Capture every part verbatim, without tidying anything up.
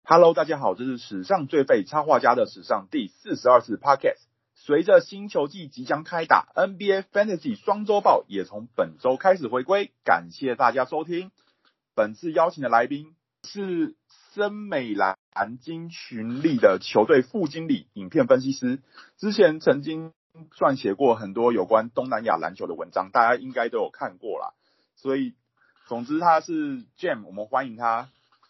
Hello， 大家好，这是史上最废插画家的史上第四十二次 Podcast。随着新球季即将开打 ，N B A Fantasy 双周报也从本周开始回归，感谢大家收听。本次邀请的来宾是森美兰金群力的球队副经理、影片分析师，之前曾经撰写过很多有关东南亚篮球的文章，大家应该都有看过啦。所以，总之他是 Jam， 我们欢迎他。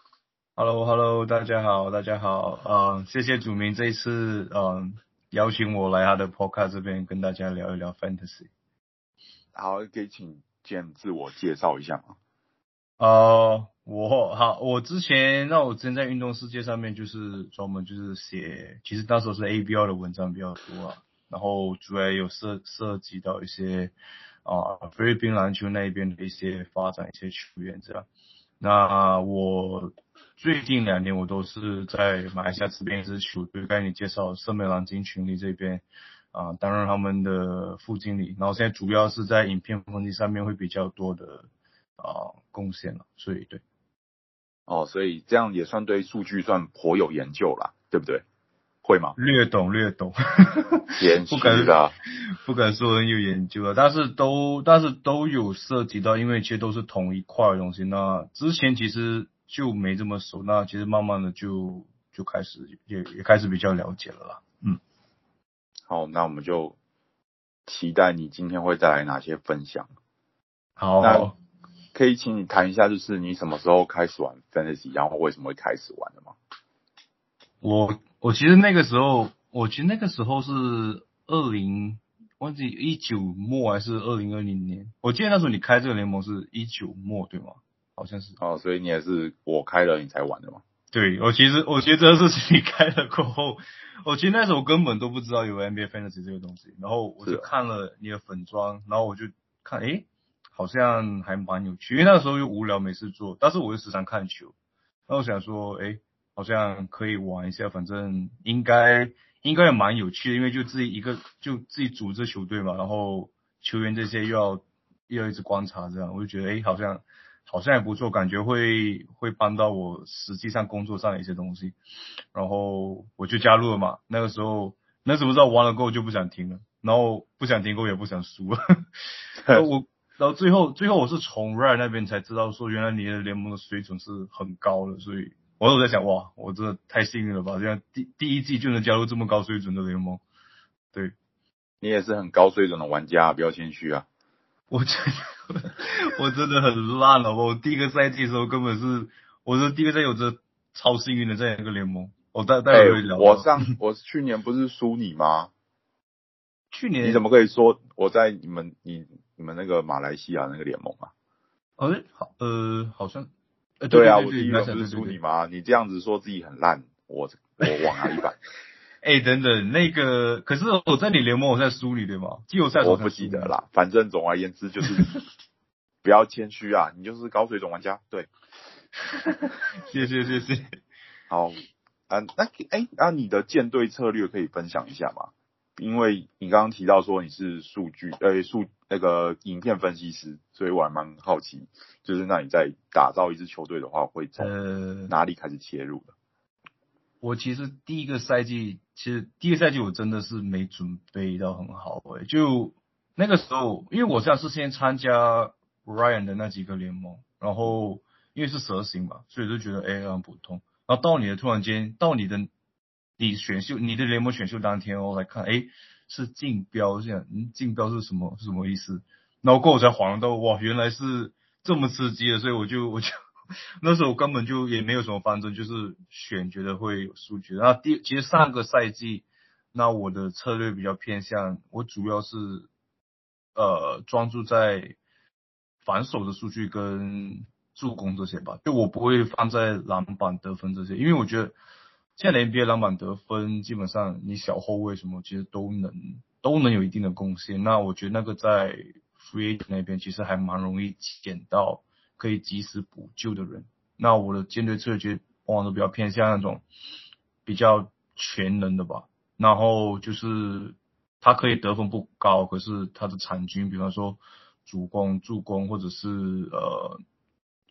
Hello Hello， 大家好，大家好，呃，谢谢祖明这一次呃邀请我来他的 podcast 这边跟大家聊一聊 fantasy。 好，可以请 Jam 自我介绍一下吗？ 呃，我好，我之前那我之前在运动世界上面就是专门就是写，其实那时候是 A B L 的文章比较多啊，然后主要有涉涉及到一些啊、呃、菲律宾篮球那边的一些发展一些球员这样。那我最近两年我都是在马来西亚这边一支球队，刚才你介绍森美兰金群力这边啊、呃、担任他们的副经理，然后现在主要是在影片分析上面会比较多的啊贡献了，所以对。 哦，所以这样也算对数据算颇有研究啦，对不对？会吗？ 略懂略懂， 谦不敢虚啦， 不敢说很有研究了，但是都但是都有涉及到，因为其实都是同一块的东西。那之前其实就没这么熟，那其实慢慢的就就开始也也开始比较了解了啦。嗯， 好，那我们就期待你今天会带来哪些分享。 好， 那好， 可以请你谈一下，就是你什么时候开始玩 Fantasy， 然后为什么会开始玩的吗？ 我我其实那个时候，我其实那个时候是二零忘记一九末还是二零二零年，我记得那时候你开这个联盟是一九末对吗？好像是。 哦，所以你也是我开了你才玩的吗？ 对，我其实我觉得这是你开了过后，我其实那时候根本都不知道有 N B A Fantasy 这个东西，然后我就看了你的粉专，然后我就看，诶，好像还蛮有趣，因为那个时候又无聊没事做，但是我又时常看球，然后我想说，诶，好像可以玩一下，反正应该应该也蛮有趣的，因为就自己一个就自己组织球队嘛，然后球员这些又要又要一直观察这样，我就觉得，诶，好像。好像也不错，感觉会会帮到我实际上工作上的一些东西，然后我就加入了嘛。那个时候那时候知道玩了过后就不想停了，然后不想停过后也不想输了。然后我然后最后最后我是从 Ryan 那边才知道说，原来你的联盟的水准是很高的，所以我有在想，哇，我真的太幸运了吧！这样第第一季就能加入这么高水准的联盟，对。 你也是很高水准的玩家，不要谦虚啊。 我真的我真的很烂了，我第一个赛季的时候根本是，我是第一个赛季有着超幸运的在一个联盟，我待待会会聊、 欸。我上我去年不是输你吗？ 去年你怎么可以说我在你们你你们那个马来西亚那个联盟啊？ 呃好呃好像，呃对啊， 对对对对， 我第一轮不是输你吗？你这样子说自己很烂，我我往哪里摆？ 哎、欸，等等，那个可是我在你联盟我在输你对吗？季后赛我不记得啦，反正总而言之就是不要谦虚啊，你就是高水准玩家，对。 谢谢谢谢。 好，啊，那哎，那、啊、你的舰队策略可以分享一下吗？因为你刚刚提到说你是数据呃数那个影片分析师，所以我还蛮好奇，就是那你在打造一支球队的话，会从哪里开始切入的？ 呃、我其实第一个赛季，其实第一个赛季我真的是没准备到很好诶、欸，就那个时候，因为我像是先参加 Ryan 的那几个联盟，然后因为是蛇形嘛，所以就觉得哎很普通。然后到你的突然间，到你的你选秀，你的联盟选秀当天哦，来看，哎，是竞标这样，嗯，竞标是什么？是什么意思？然后过后我才恍然到，哇，原来是这么刺激的，所以我就我就那时候我根本就也没有什么方针，就是选觉得会有数据。然后第其实上个赛季，那我的策略比较偏向，我主要是呃专注在反手的数据跟助攻这些吧，就我不会放在篮板得分这些，因为我觉得现在的 N B A 篮板得分基本上你小后卫什么其实都能都能有一定的贡献。那我觉得那个在 Free Agent 那边其实还蛮容易捡到可以及时补救的人。那我的舰队策略其实往往都比较偏向那种比较全能的吧，然后就是他可以得分不高，可是他的场均比方说主攻、助攻或者是呃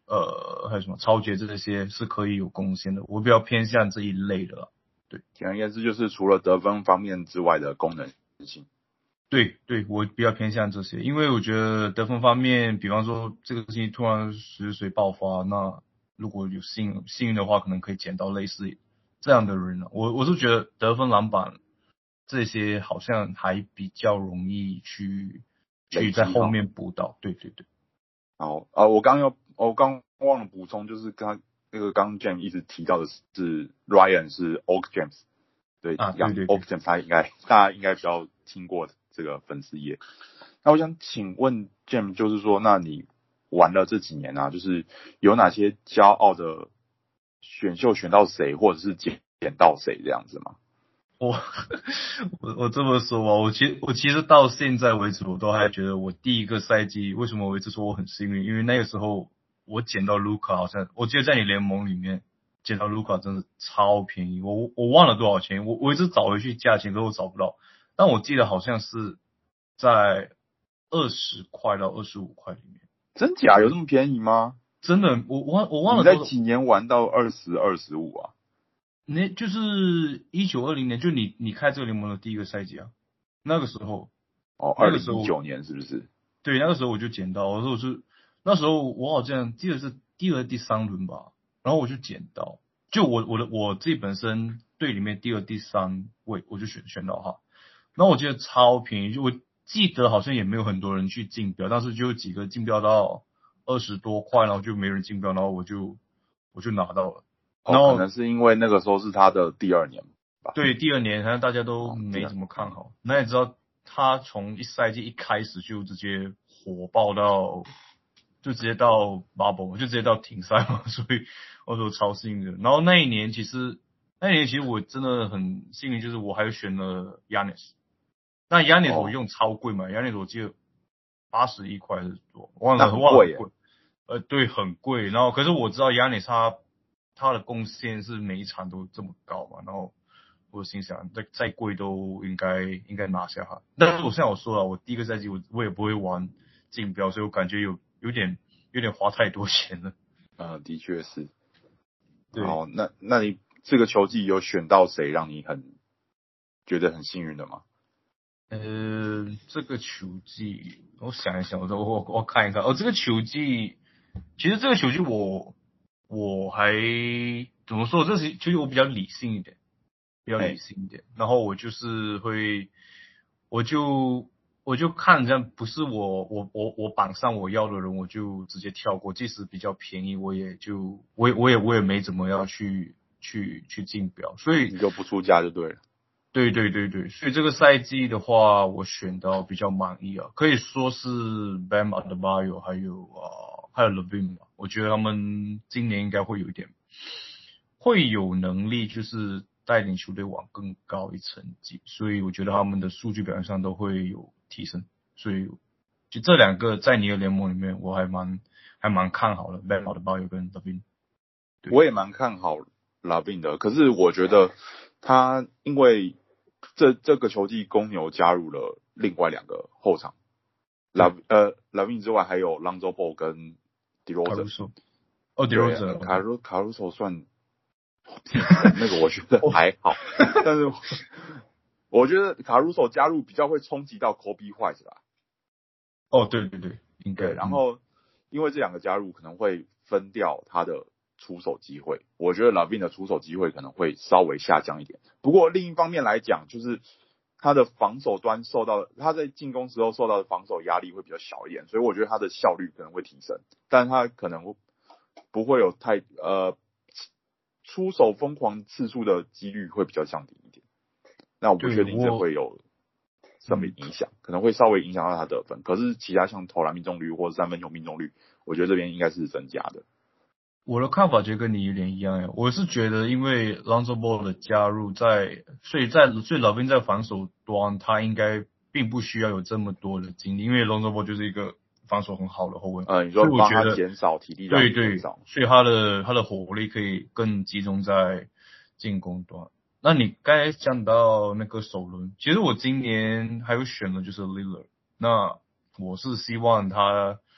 呃还有什么超杰这些是可以有贡献的，我比较偏向这一类的啦。对， 简而言之就是除了得分方面之外的功能性。 对对，我比较偏向这些，因为我觉得得分方面，比方说这个星期突然十水爆发，那如果有幸幸运的话，可能可以捡到类似这样的人了。我我是觉得得分、篮板这些好像还比较容易去去在后面补到。对对对。 好啊，我刚要我刚忘了补充，就是刚那个刚 James 一直提到的是 Ryan 是 Oak James， 对啊，对对对 Oak James 他应该大家应该比较听过这个粉丝页。那我想请问 James， 就是说，那你玩了这几年啊，就是有哪些骄傲的选秀选到谁，或者是捡捡到谁这样子吗？ 我我我这么说吧，我其我其实到现在为止，我都还觉得我第一个赛季为什么我一直说我很幸运，因为那个时候我捡到卢卡，好像我记得在你联盟里面捡到卢卡真的超便宜，我我忘了多少钱，我我一直找回去价钱都找不到，但我记得好像是在二十块到二十五块里面。 真假有这么便宜吗？ 真的，我我我忘了你在几年玩到二十、二十五啊？ 那就是一九二零年，就你你开这个联盟的第一个赛季啊，那个时候哦，二零一九年是不是？ 对，那个时候我就捡到，我说我是那时候我好像记得是第二、第三轮吧，然后我就捡到，就我我的我自己本身队里面第二、第三位，我就选选到哈，然后我记得超便宜，就我记得好像也没有很多人去竞标，但是就有几个竞标到二十多块，然后就没人竞标，然后我就我就拿到了。然后、哦、可能是因为那个时候是他的第二年吧。 对，第二年好像大家都没怎么看好。那你知道他从一赛季一开始就直接火爆到，就直接到 bubble， 就直接到停赛嘛，所以我说超幸运的。然后那一年其实那一年其实我真的很幸运，就是我还选了 Giannis。那 Giannis 我用超贵嘛、哦、，Giannis 我记得八十一块还是多，忘了忘了贵。呃，对，很贵。然后可是我知道 Giannis 他他的贡献是每一场都这么高嘛，然后我心想，再再贵都应该应该拿下哈。但是我像我说了，我第一个赛季我我也不会玩竞标，所以我感觉有有点有点花太多钱了。 呃，的确是。 对。 好，那那你这个球季有选到谁让你很觉得很幸运的吗？ 呃，这个球季我想一想，我我我看一看，哦，这个球季其实这个球季我。我还怎么说？这是其实我比较理性一点，比较理性一点。然后我就是会，我就我就看这样，不是我我我我榜上我要的人，我就直接跳过。即使比较便宜，我也就我也我也我也没怎么要去去去竞标，所以你就不出价就对了。 对对对对，所以这个赛季的话，我选到比较满意啊，可以说是 Bam Adebayo 还有啊还有 Levine 吧，我觉得他们今年应该会有一点，会有能力就是带领球队往更高一层级，所以我觉得他们的数据表现上都会有提升，所以就这两个在你的联盟里面，我还蛮还蛮看好的 Bam Adebayo 跟 Levine。 我也蛮看好 Levine 的，可是我觉得他因为这这个球季公牛加入了另外两个后场 ，La 呃 Levine 之外还有 Lonzo Ball 跟 DeRozan。 哦 DeRozan， 卡鲁卡鲁索算那个我觉得还好，但是我觉得卡鲁索加入比较会冲击到 Kobe White 吧。 哦，对对对，应该。 然后因为这两个加入可能会分掉他的出手机会，我觉得 Levine 的出手机会可能会稍微下降一点。不过另一方面来讲，就是他的防守端受到他在进攻时候受到的防守压力会比较小一点，所以我觉得他的效率可能会提升，但他可能不会有太呃出手疯狂次数的几率会比较降低一点。那我不确定这会有什么影响，可能会稍微影响到他得分。可是其他像投篮命中率或者三分球命中率，我觉得这边应该是增加的。 我的看法就跟你有点一样呀，我是觉得因为 Lonzo Ball 的加入在，所以在所以老兵在防守端他应该并不需要有这么多的精力，因为 Lonzo Ball 就是一个防守很好的后卫。 呃，你说帮他减少体力， 对对，所以他的他的火力可以更集中在进攻端。那你刚才讲到那个首轮，其实我今年还有选的就是 Lillard， 那我是希望他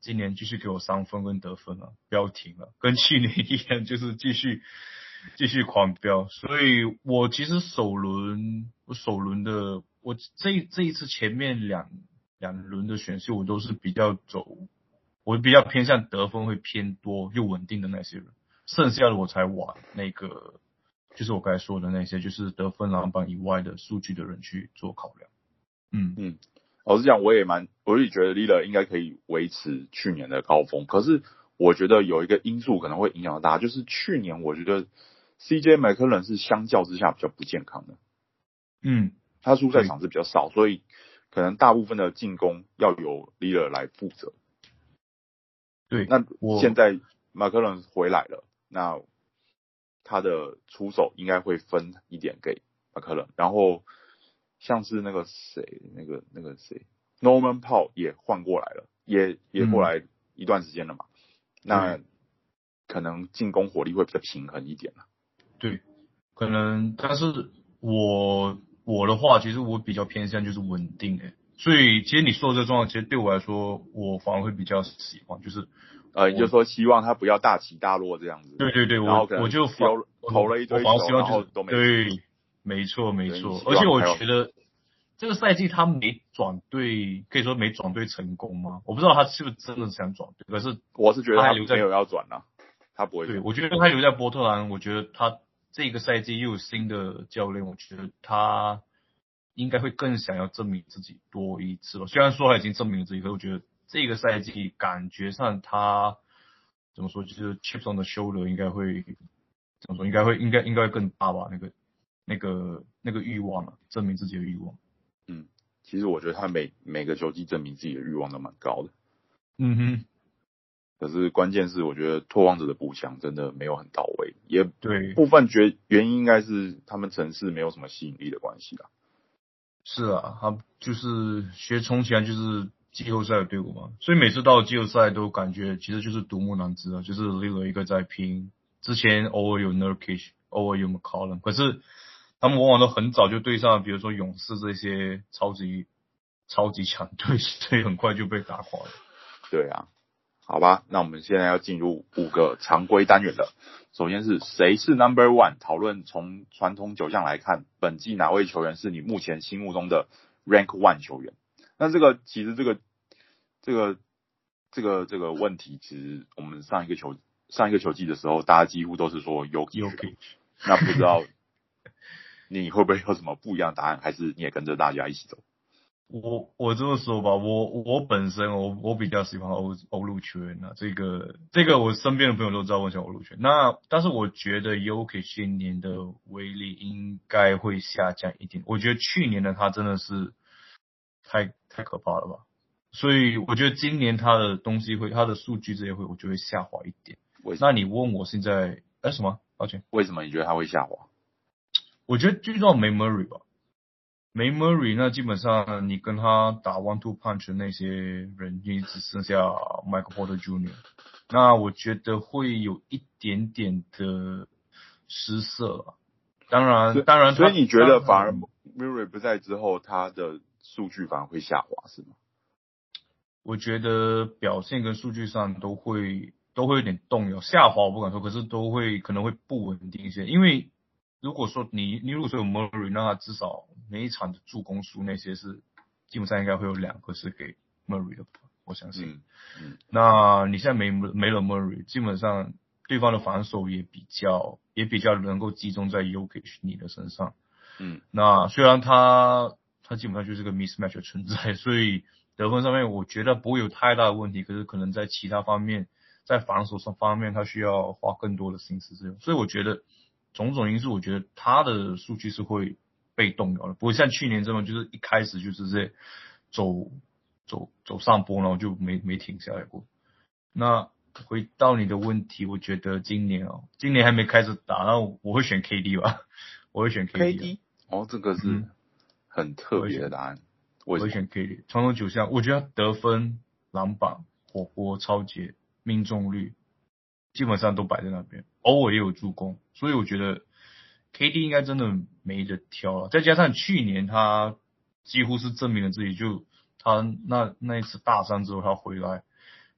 今年继续给我三分跟得分啊，不要停了，跟去年一样，就是继续继续狂飙。所以我其实首轮我首轮的我这这一次前面两两轮的选秀我都是比较走，我比较偏向得分会偏多又稳定的那些人，剩下的我才往那个就是我刚才说的那些就是得分篮板以外的数据的人去做考量。嗯嗯。老实讲，我也蛮，我也觉得 Lillard 应该可以维持去年的高峰。可是我觉得有一个因素可能会影响到大家，就是去年我觉得 C J McCollum 是相较之下比较不健康的。 嗯， 他出赛场次比较少，所以可能大部分的进攻要由 Lillard 来负责。 对， 那现在 McCollum 回来了，那他的出手应该会分一点给 McCollum， 然后。像是那个谁，那个那个谁 ，Norman Powell 也换过来了，也也过来一段时间了嘛。嗯、那可能进攻火力会比较平衡一点了。 对，可能，但是我我的话，其实我比较偏向就是稳定诶，所以其实你说的这个状况，其实对我来说，我反而会比较喜欢，就是呃，你就说希望他不要大起大落这样子。 对对对， 我我就丢投了一堆球， 我然后都没对。没错没错，而且我觉得这个赛季他没转队，可以说没转队成功吗？我不知道他是不是真的想转队，可是我是觉得他没有要转啊，他不会。 对，我觉得他留在波特兰，我觉得他这个赛季又有新的教练，我觉得他应该会更想要证明自己多一次吧。虽然说他已经证明了自己，可是我觉得这个赛季感觉上他怎么说，就是 chips on the shoulder 应该会怎么说，应该会应该应该会更大吧，那个。那个那个欲望啊，证明自己的欲望。 嗯，其实我觉得他每每个球季证明自己的欲望都蛮高的。 嗯哼。 可是关键是，我觉得拓荒者的补强真的没有很到位，也对部分觉原因应该是他们城市没有什么吸引力的关系啦。 是啊，他就是学冲起来就是季后赛的队伍嘛，所以每次到季后赛都感觉其实就是独木难支啊，就是 Lillard 一个在拼，之前偶尔有 Nurkic， 偶尔有 McCollum， 可是。他们往往都很早就对上，比如说勇士这些超级超级强队，所以很快就被打垮了。 对啊，好吧，那我们现在要进入五个常规单元了。首先是谁是 Number One？ 讨论从传统九项来看，本季哪位球员是你目前心目中的 Rank One 球员？那这个其实这个这个这个这个问题，其实我们上一个球上一个球季的时候，大家几乎都是说 Jokic， 那不知道。你会不会有什么不一样的答案？还是你也跟着大家一起走？ 我我这么说吧，我我本身我我比较喜欢欧欧陆圈啊，这个这个我身边的朋友都知道我喜欢欧陆圈。那但是我觉得 Jokic 今年的威力应该会下降一点。我觉得去年的他真的是太太可怕了吧，所以我觉得今年他的东西会，他的数据这些会，我就会下滑一点。那你问我现在哎什么？抱歉， 为什么你觉得他会下滑？ 我觉得最重要没 Murray 吧，没 Murray 那基本上你跟他打 one two punch 的那些人，你只剩下 Michael Porter Junior 那我觉得会有一点点的失色啊。当然，当然， 所以你觉得反而 Murray 不在之后，他的数据反而会下滑是吗？ 我觉得表现跟数据上都会都会有点动摇，下滑我不敢说，可是都会可能会不稳定一些，因为。如果说你你如果说有 Murray， 那他至少每一场的助攻数那些是基本上应该会有两个是给 Murray 的，我相信。 嗯嗯、 那你现在没没了 Murray， 基本上对方的防守也比较也比较能够集中在 Jokic 你的身上。 嗯， 那虽然他他基本上就是个 mismatch 的存在，所以得分上面我觉得不会有太大的问题，可是可能在其他方面，在防守上方面他需要花更多的心思这样，所以我觉得。种种因素，我觉得他的数据是会被动摇的，不会像去年这么，就是一开始就是在走走走上坡，然后就没没停下来过。那回到你的问题，我觉得今年哦，今年还没开始打，那我会选 K D 吧，我会选 K D。K D 哦，这个是很特别的答案。 我会选 K D， 传统九项，我觉得得分、篮板、火锅、超节、命中率。基本上都摆在那边，偶尔也有助攻，所以我觉得 K D 应该真的没得挑了。再加上去年他几乎是证明了自己，就他那那一次大伤之后他回来，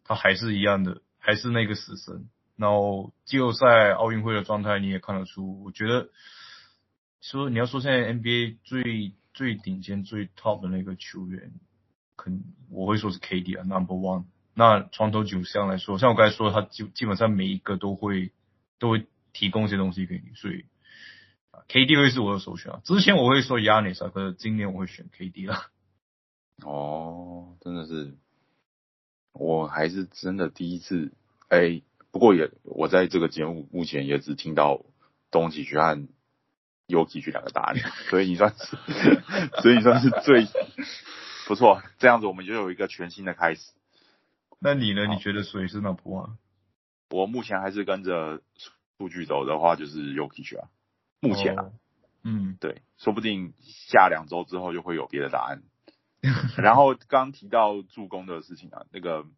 他还是一样的，还是那个死神。然后季后赛、奥运会的状态你也看得出，我觉得说你要说现在 N B A 最最顶尖、最 top 的那个球员，肯我会说是 K D 啊 ，Number One。那床头九项来说，像我刚才说，他基基本上每一个都会都会提供一些东西给你，所以 K D 会是我的首选啊。之前我会说 Giannis 啊，可是今年我会选 K D 啦。 哦，真的是，我还是真的第一次，哎，不过也我在这个节目目前也只听到东契奇和优基奇两个答案，所以你算是，所以你算是最不错，这样子我们就有一个全新的开始。 那你呢？你觉得谁是 number one？ 我目前还是跟着数据走的话，就是 Jokic 啊，目前啊， 哦、嗯， 对，说不定下两周之后就会有别的答案。然后刚提到助攻的事情啊，那个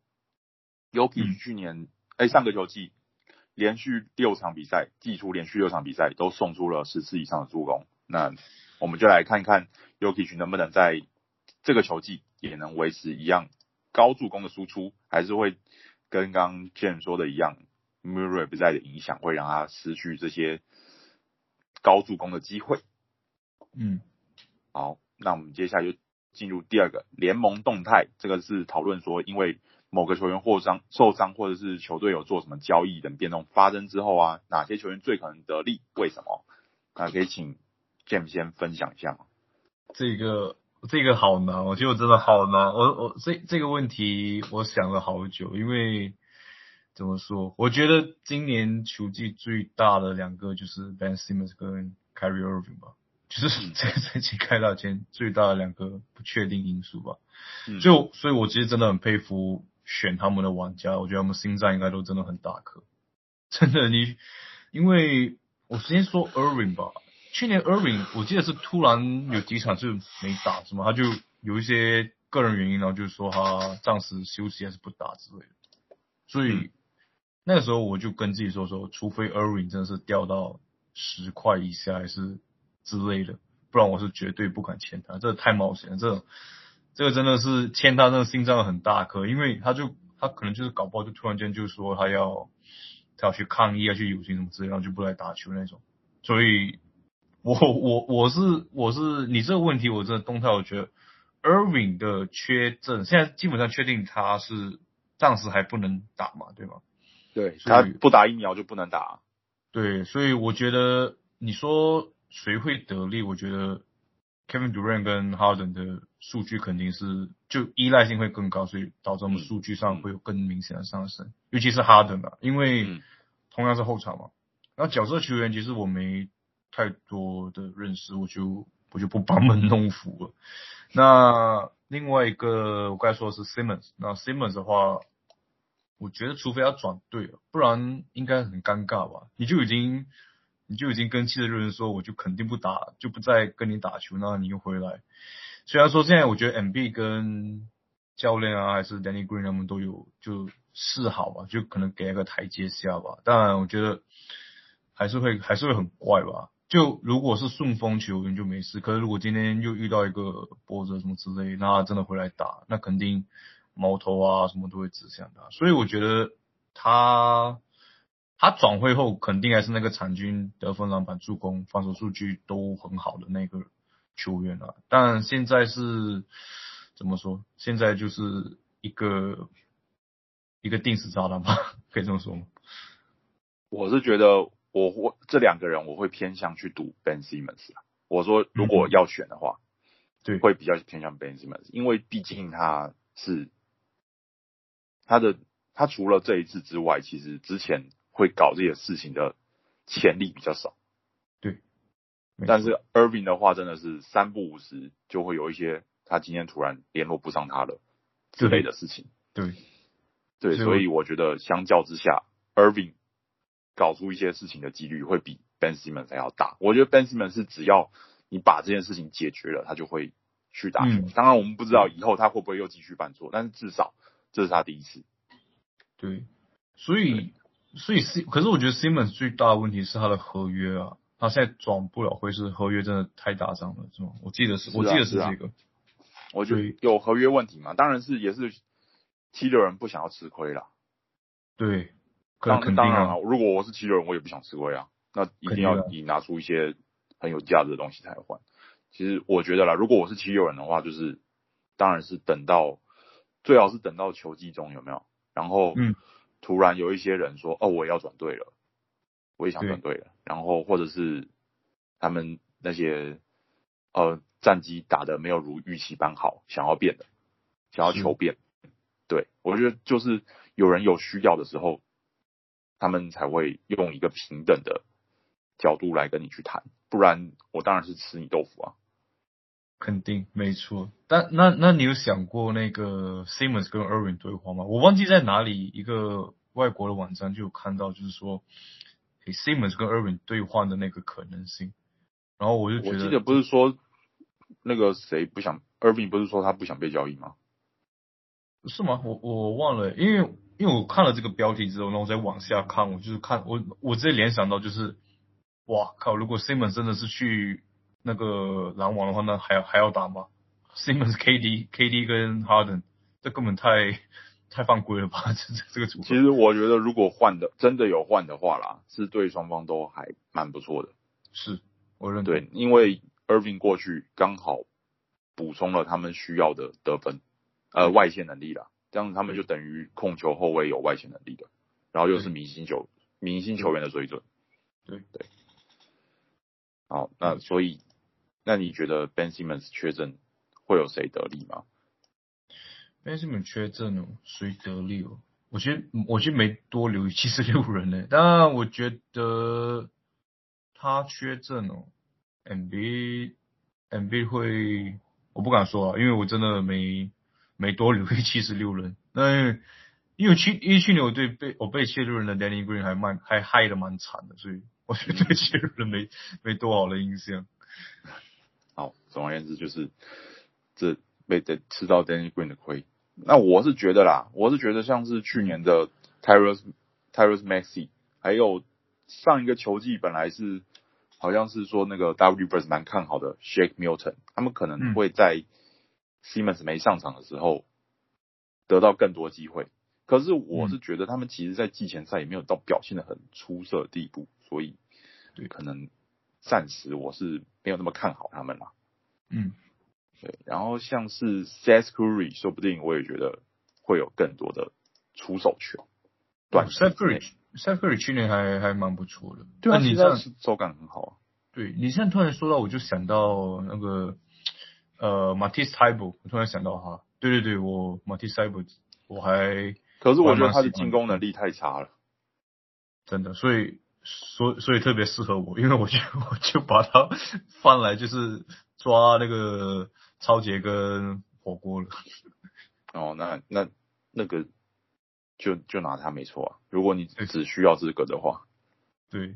Jokic 去年哎、嗯、上个球季连续六场比赛，季初连续六场比赛都送出了十次以上的助攻。那我们就来看看 Jokic 能不能在这个球季也能维持一样高助攻的输出，还是会跟刚 James 说的一样 ，Murray 不在的影响会让他失去这些高助攻的机会。 嗯， 好，那我们接下来就进入第二个联盟动态，这个是讨论说，因为某个球员获伤、受伤，或者是球队有做什么交易等变动发生之后啊，哪些球员最可能得利？为什么？那可以请 James 先分享一下吗？ 这个这个好难，我觉得我真的好难。我我这这个问题我想了好久，因为怎么说？我觉得今年球季最大的两个就是 Ben Simmons 跟 Kyrie Irving 吧。就是这个赛季开打前最大的两个不确定因素吧，嗯、就所以，我其实真的很佩服选他们的玩家，我觉得他们心脏应该都真的很大颗，真的你，因为我先说 Irving 吧，去年 Irving 我记得是突然有几场是没打，是吗？他就有一些个人原因，然后就是说他暂时休息还是不打之类的，所以、嗯、那个时候我就跟自己说说，除非 Irving 真的是掉到十块以下，还是之类的，不然我是绝对不敢签他，这太冒险了。这这个真的是签他，真的心脏很大颗，因为他就他可能就是搞不好就突然间就说他要他要去抗议，要去游行什么之类，然后就不来打球那种。所以我我我是我是你这个问题，我真的动态，我觉得 Irving 的缺阵，现在基本上确定他是暂时还不能打嘛，对吗？ 对，他不打疫苗就不能打。 对，所以我觉得你说谁会得利？我觉得 Kevin Durant 跟 Harden 的数据肯定是就依赖性会更高，所以导致我们数据上会有更明显的上升。嗯、尤其是 Harden 啊，因为同样是后场嘛。然后角色球员其实我没太多的认识，我就我就不班门弄斧了。那另外一个我刚才说的是 Simmons， 那 Simmons 的话，我觉得除非他转队了，不然应该很尴尬吧？你就已经你就已经跟七十六人说，我就肯定不打，就不再跟你打球，那你又回来。虽然说现在我觉得 M B 跟教练啊，还是 Danny Green 他们都有就示好吧，就可能给一个台阶下吧。当然，我觉得还是会还是会很怪吧。就如果是顺风球员就没事，可是如果今天又遇到一个波折什么之类，那他真的回来打，那肯定矛头啊什么都会指向他。所以我觉得他他转会后肯定还是那个场均得分、篮板、助攻、防守数据都很好的那个球员啊。但现在是怎么说？现在就是一个一个定时炸弹吧，可以这么说吗？ 我是觉得我我这两个人我会偏向去赌 Ben Simmons 啊。我说如果要选的话， 对、嗯， 会比较偏向 Ben Simmons， 因为毕竟他是他的他除了这一次之外，其实之前会搞这些事情的潜力比较少。 对， 但是 Irving 的话真的是三不五时就会有一些他今天突然联络不上他了之类的事情。 对， 对，所以我觉得相较之下 ，Irving 搞出一些事情的几率会比 Ben Simmons 还要大。我觉得 Ben Simmons 是只要你把这件事情解决了，他就会去打球。嗯、当然，我们不知道以后他会不会又继续犯错，但是至少这是他第一次。 对，所以所以 C， 可是我觉得 Simmons 最大的问题是他的合约啊，他现在转不了会是合约真的太大张了，是吗？我记得是，是啊、我记得是这个。 我觉得有合约问题嘛，当然是也是七六人不想要吃亏啦。 对， 当肯定当然了， 啊， 如果我是七六人，我也不想吃亏啊。那一定要你拿出一些很有价值的东西才换。其实我觉得啦，如果我是七六人的话，就是当然是等到最好是等到球季中有没有？然后嗯， 突然有一些人说，哦，我也要转队了，我也想转对， 队了。然后或者是他们那些呃战绩打得没有如预期般好，想要变的，想要求是变。对，我觉得就是有人有需要的时候，他们才会用一个平等的角度来跟你去谈，不然我当然是吃你豆腐啊。 肯定没错。但那那你有想过那个 Simmons 跟 Irving 对话吗？我忘记在哪里一个外国的网站就有看到，就是说，诶 Simmons 跟 Irving 对换的那个可能性。然后我就觉得， 我记得不是说那个谁不想 Irving 不是说他不想被交易吗？ 是吗？我我忘了，因为因为我看了这个标题之后，然后我再往下看，我就是看我我直接联想到就是，哇靠！如果 Simmons 真的是去那个篮网的话，那还要还要打吗？Simmons、K D、K D 跟 Harden，这根本太太犯规了吧？这这这个组合。 其实我觉得如果换的真的有换的话啦，是对双方都还蛮不错的。 是，我认同。 对，因为 Irving 过去刚好补充了他们需要的得分，呃， 对外线能力啦，这样子他们就对等于控球后卫有外线能力的，然后又是对明星球明星球员的水准。 对， 对，好，那没错。 所以那你觉得 Ben Simmons 缺阵会有谁得利吗？ Ben Simmons 缺阵哦，谁得利哦？我觉得我觉得没多留七十六人呢，当然我觉得他缺阵哦，M B M B 会，我不敢说啊，因为我真的没没多留意七十六人。那因为去因为去年我对被我被七十六人的 Danny Green 还蛮还害的蛮惨的，所以我觉得对七十六人没没多好的印象。 好，总而言之就是这被的吃到 Danny Green 的亏。那我是觉得啦，我是觉得像是去年的 Tyrese Tyrese Maxey，还有上一个球季本来是好像是说那个 W Verse 蛮看好的 Shake Milton，他们可能嗯会在 Simmons 没上场的时候得到更多机会。可是我嗯， 是觉得他们其实在季前赛也没有到表现的很出色的地步，所以对， 可能暂时我是没有那么看好他们啦。 嗯。 对，然后像是 Seth Curry，说不定我也觉得会有更多的出手权， 哦短期 ，Seth 之内。 Curry，Seth Curry 去年还还蛮不错的。 对啊，其实他那你这样， 手感很好啊。 对你现在突然说到，我就想到那个呃 Matisse Thybulle，我突然想到他。对对对，我 Matisse Thybulle，我还可是我还我觉得他的蛮喜欢的，嗯， 进攻能力太差了。 真的，所以所所以特别适合我，因为我就我就把他放来就是抓那个超杰跟火锅了。 哦，那那那个就就拿他没错啊。如果你对只需要这个的话， 对，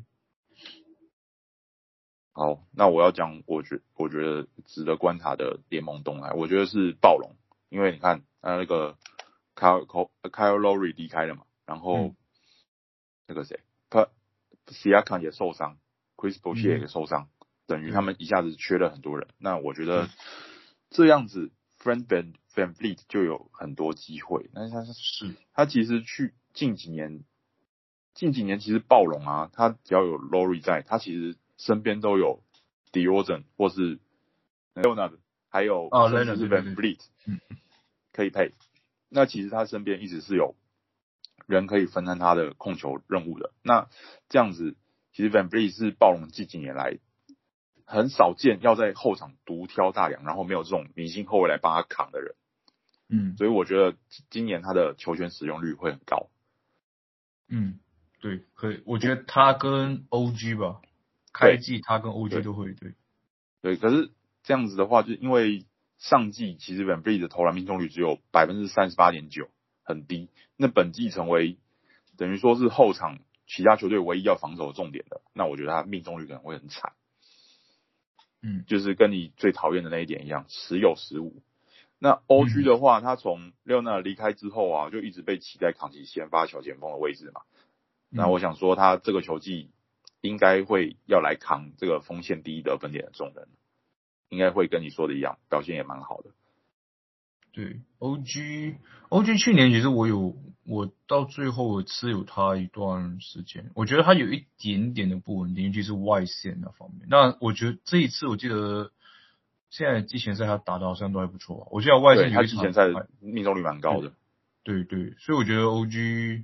好，那我要讲，我觉我觉得值得观察的联盟动态，我觉得是暴龙，因为你看，呃，那个 Kyle Kyle Lowry 离开了嘛，然后嗯那个谁 p Siakam 也受伤 ，Chris Boucher 也嗯， 受伤，等于他对们一下子缺了很多人。那我觉对得这样子 Fred Van VanVleet 就有很多机会。但是他是， 他其实去近几年，近几年其实暴龙啊，他只要有 Lowry 在，他其实身边都有 DeRozan 或是 Leonard， 还有啊，Leonard， 甚至是对对对， VanVleet 嗯可以配。那其实他身边一直是有人可以分担他的控球任务的。那这样子，其实 VanVleet 是暴龙近几年来很少见要在后场独挑大梁，然后没有这种明星后卫来帮他扛的人。 嗯。 所以我觉得今年他的球权使用率会很高。 嗯，对，可以，我觉得他跟 O G 吧，开对季他跟 O G 对都会，对， 对，可是这样子的话，就因为上季其实 VanVleet 的投篮命中率只有百分之三十八点九，很低。那本季成为等于说是后场其他球队唯一要防守的重点的，那我觉得他命中率可能会很惨。 嗯就是跟你最讨厌的那一点一样，时有时无。那 O G 嗯的话，他从六纳离开之后啊，就一直被期待扛起先发小前锋的位置嘛。那嗯， 我想说，他这个球季应该会要来扛这个锋线第一得分点的重任，应该会跟你说的一样，表现也蛮好的。 对 O G O G 去年其实我有我到最后持有他一段时间，我觉得他有一点点的不稳定，尤其是外线那方面。那我觉得这一次我记得现在季前赛他打的好像都还不错，我记得外线有一场对他季前赛命中率蛮高的。 对对，所以我觉得 O G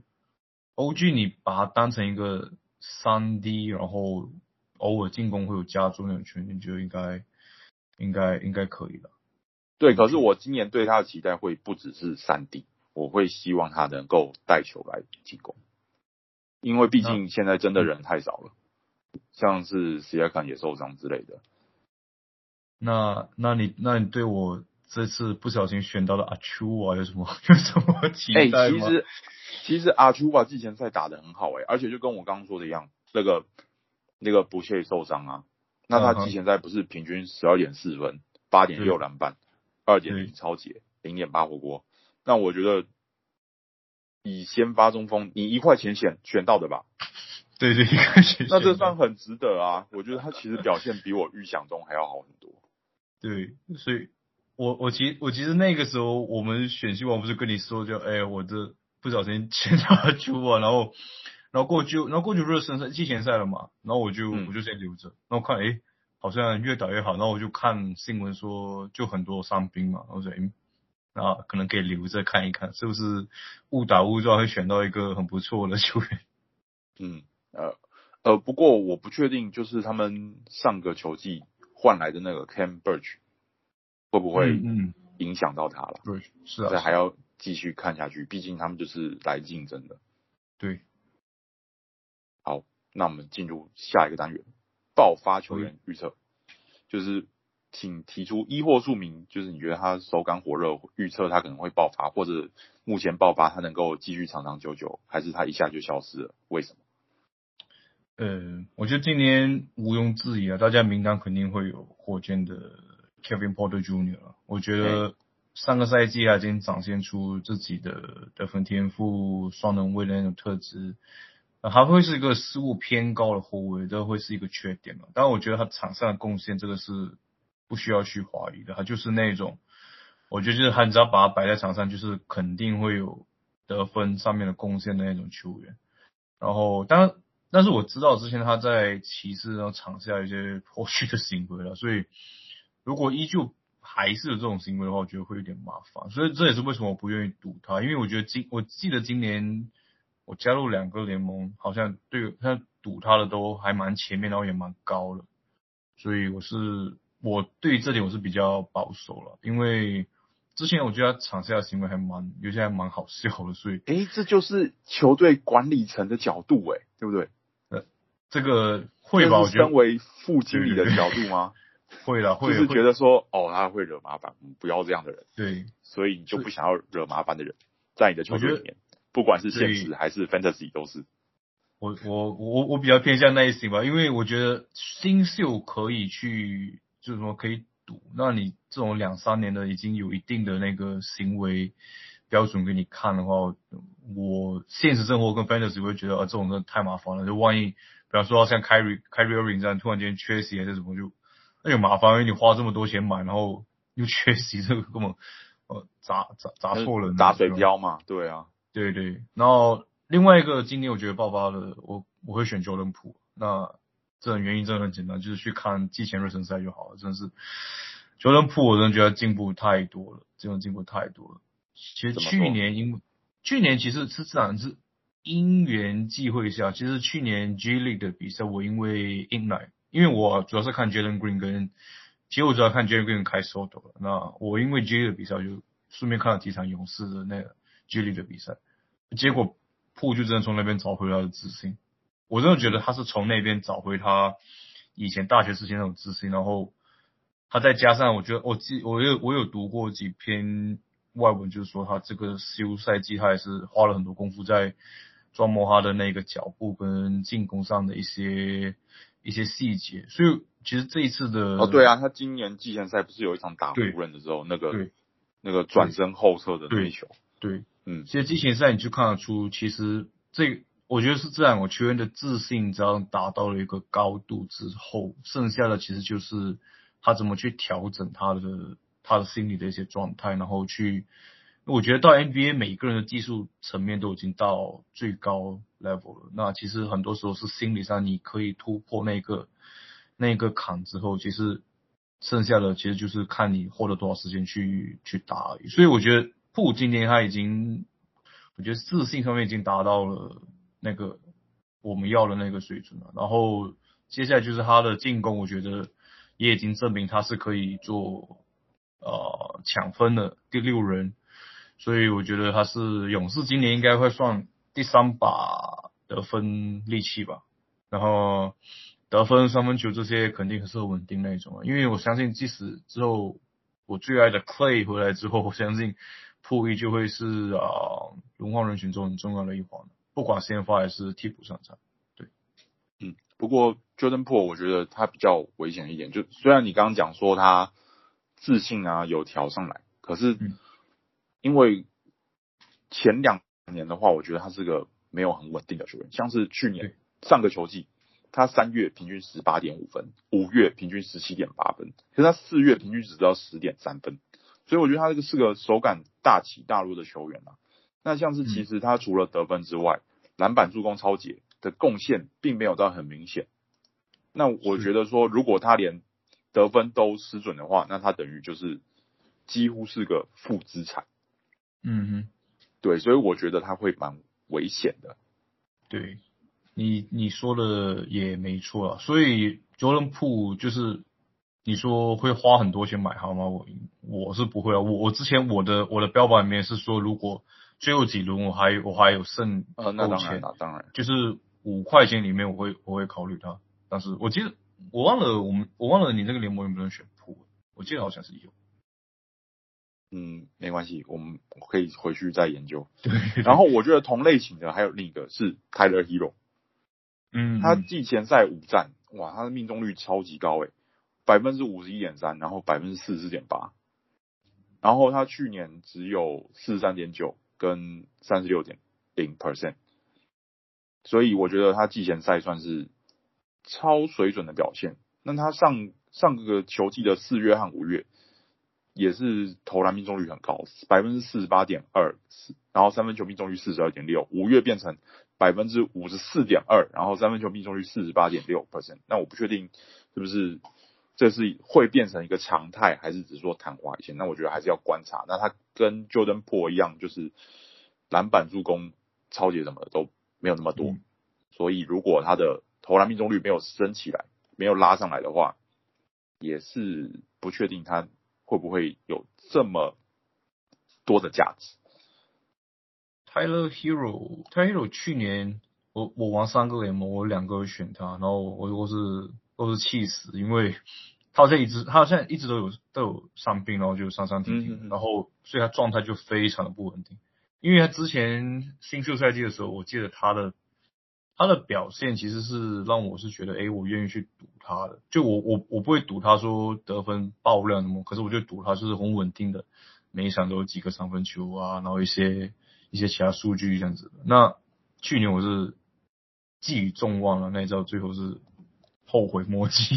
O G 你把它当成一个三 D， 然后偶尔进攻会有加注那种球员，就应该应该应该可以了。 对，可是我今年对他的期待会不只是三 D， 我会希望他能够带球来进攻，因为毕竟现在真的人太少了，像是 Siakam 也受伤之类的。 那那你那你对我这次不小心选到的阿丘啊有什么有什么期待吗？ 欸、其实其实阿丘瓦季前赛打得很好诶、欸，而且就跟我刚刚说的一样，那个那个不屑受伤啊，那他季前赛不是平均 十二点四 分 八点六 篮板 二点零 超节 零点八 火锅，那我觉得以先发中锋你一块钱选选到的吧， 对对，一块钱那这算很值得啊，我觉得他其实表现比我预想中还要好很多。 对，所以我我其实我其实那个时候我们选秀王不是跟你说就哎、欸、我这不小心签到了球啊，然后然后过去然后过去热身赛季前赛了嘛，然后我就、嗯、我就先留着，然后看哎、欸、好像越打越好，然后我就看新闻说就很多伤兵嘛，然后说哎、欸、啊可能可以留着看一看是不是误打误撞会选到一个很不错的球员。 嗯呃呃不过我不确定就是他们上个球季换来的那个 Cam Birch 会不会影响到他了？ 对、嗯，是啊， 这还要继续看下去，毕竟他们就是来竞争的。 对， 好，那我们进入下一个单元，爆发球员预测，就是请提出一或数名，就是你觉得他手感火热，预测他可能会爆发，或者目前爆发他能够继续长长久久，还是他一下就消失了？为什么？ 呃，我觉得今年毋庸置疑啊，大家名单肯定会有火箭的 Kevin Porter Junior 我觉得上个赛季他已经展现出自己的得分天赋、双能卫的那种特质，呃，还会是一个失误偏高的后卫，这会是一个缺点嘛。但我觉得他场上的贡献这个是不需要去怀疑的，他就是那种，我觉得就是他只要把他摆在场上，就是肯定会有得分上面的贡献的那种球员。然后当然。但是我知道之前他在骑士然后场下有一些后续的行为了，所以如果依旧还是有这种行为的话，我觉得会有点麻烦。所以这也是为什么我不愿意赌他，因为我觉得今我记得今年我加入两个联盟，好像对他赌他的都还蛮前面，然后也蛮高的，所以我是我对于这点我是比较保守了，因为之前我觉得他场下的行为还蛮有些还蛮好笑的，所以诶，这就是球队管理层的角度诶，对不对？ 这个会吧？我觉得身为副经理的角度吗？ 会啦，会就是觉得说，哦，他会惹麻烦，不要这样的人。 对， 所以你就不想要惹麻烦的人，在你的球队里面，不管是现实还是 fantasy 都是。 我我我我比较偏向那一型吧，因为我觉得新秀可以去，就是说可以赌，那你这种两三年的已经有一定的那个行为标准给你看的话，我现实生活跟 fantasy 会觉得啊，这种真的太麻烦了，就万一。比方说像 Kyrie Kyrie Irving 这样突然间缺席还是什么就那就麻烦，因为你花这么多钱买，然后又缺席，这个根本呃砸砸砸错了， 打水漂嘛，对啊， 对对。然后另外一个今年我觉得爆发的，我我会选 Jordan Poole，那这种原因真的很简单，就是去看季前热身赛就好了，真的是 Jordan Poole 我真的觉得进步太多了，这种进步太多了。其实去年因为去年其实是自然是。因缘际会下，其实去年 G League 的比赛，我因为 Ignite， 因为我主要是看 Jalen Green 跟，其实我主要看 Jalen Green 开 Soto 了。那我因为 G League 的比赛，就顺便看了几场勇士的那个 G League 的比赛，结果Poole就真的从那边找回他的自信。我真的觉得他是从那边找回他以前大学时期那种自信，然后他再加上，我觉得我记我有我有读过几篇外文，就是说他这个休赛季他也是花了很多功夫在。装模他的那个脚步跟进攻上的一些一些细节，所以其实这一次的哦，对啊，他今年季前赛不是有一场打湖人的时候，那个那个转身后撤的那一球， 对，对嗯， 其实季前赛你就看得出，其实这我觉得是这样，我球员的自信只要达到了一个高度之后，剩下的其实就是他怎么去调整他的他的心理的一些状态，然后去，我觉得到 N B A 每一个人的技术层面都已经到最高 level 了，那其实很多时候是心理上你可以突破那个那个坎之后，其实剩下的其实就是看你花了多少时间去去打而已。所以我觉得布今年他已经，我觉得自信上面已经达到了那个我们要的那个水准了。然后接下来就是他的进攻，我觉得也已经证明他是可以做呃抢分的第六人。所以我觉得他是勇士今年应该会算第三把得分利器吧。然后得分、三分球这些肯定是稳定那一种，因为我相信即使之后我最爱的 Clay 回来之后，我相信铺依就会是啊轮换人群中很重要的一环，不管先发还是替补上场。对， 嗯，不过 Jordan Poole 我觉得他比较危险一点，就虽然你刚刚讲说他自信啊有调上来，可是因为前两年的话，我觉得他是个没有很稳定的球员，像是去年上个球季。他三月平均 十八点五 分，五月平均 十七点八 分，可是他四月平均只到 十点三 分，所以我觉得他这个是个手感大起大落的球员啊。那像是其实他除了得分之外，篮板、助攻、抄截的贡献并没有到很明显。那我觉得说，如果他连得分都失准的话，那他等于就是几乎是个负资产。 嗯哼， 对，所以我觉得他会蛮危险的。 对。你你说的也没错啊，所以 Jordan Poole 就是你说会花很多钱买他吗？我我是不会啊，我我之前我的我的标榜里面是说，如果最后几轮我还我还有剩呃，那够钱， 当然了，当然， 就是五块钱里面我会我会考虑他，但是我记得我忘了我们我忘了你那个联盟有没有选 Poole，我记得好像是有。 嗯，没关系，我们可以回去再研究。 对， 然后我觉得同类型的还有另一个是 Tyler Hero。 嗯， 他季前赛五战，哇，他的命中率超级高诶，百分之五十一点三，然后百分之四十四点八，然后他去年只有四十三点九跟三十六点零 percent， 所以我觉得他季前赛算是超水准的表现。那他上上个球季的四月和五月也是投篮命中率很高，百分之四十八点二，然后三分球命中率四十二点六，五月变成百分之五十四点二，然后三分球命中率四十八点六 percent。那我不确定是不是这是会变成一个常态，还是只是说昙花一现？那我觉得还是要观察。那他跟 Jordan Poole 一样，就是篮板、助攻、抄截什么的都没有那么多， 嗯、 所以如果他的投篮命中率没有升起来，没有拉上来的话，也是不确定他会不会有这么多的价值。 Tyler Hero Tyler Hero 去年我我玩三个联盟，我两个选他，然后我我是都是气死，因为他好像一直他好像一直都有都有伤病，然后就伤伤停停， 嗯、 然后所以他状态就非常的不稳定。因为他之前新秀赛季的时候，我记得他的他的表现其实是让我是觉得，诶，我愿意去赌他的。就我我我不会赌他说得分爆量什么，可是我就赌他就是很稳定的，每一场都有几个三分球啊，然后一些一些其他数据这样子的。那去年我是寄予众望了，那一招最后是后悔莫及。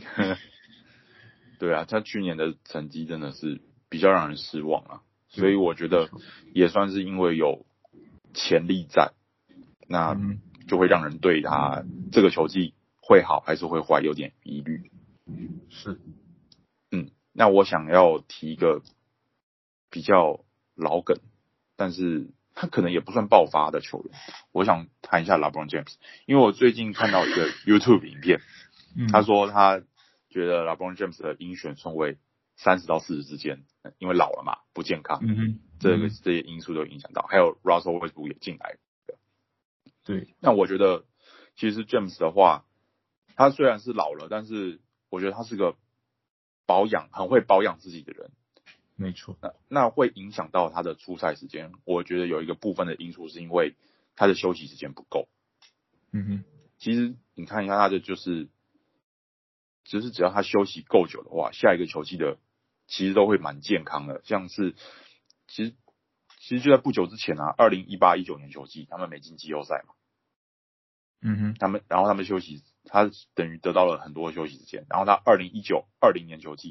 对啊，他去年的成绩真的是比较让人失望啊，所以我觉得也算是因为有潜力在，那就会让人对他这个球季会好还是会坏有点疑虑。 是， 嗯，那我想要提一个比较老梗，但是他可能也不算爆发的球员，我想谈一下 LeBron James， 因为我最近看到一个 YouTube 影片，他说他觉得 LeBron James 的应选顺位三十到四十之间，因为老了嘛，不健康， 嗯哼， 这个这些因素都影响到，还有 Russell Westbrook 也进来了。 对， 那我觉得其实 James 的话，他虽然是老了，但是我觉得他是个保养很会保养自己的人。 没错。 那那会影响到他的出赛时间，我觉得有一个部分的因素是因为他的休息时间不够。 嗯哼， 其实你看一下他的就是。只是只要他休息够久的话，下一个球季的其实都会蛮健康的。像是其实其实就在不久之前啊，二零一八一九年球季他们没进季后赛嘛， 嗯哼， 他们然后他们休息，他等于得到了很多休息时间。然后他二零一九二零年球季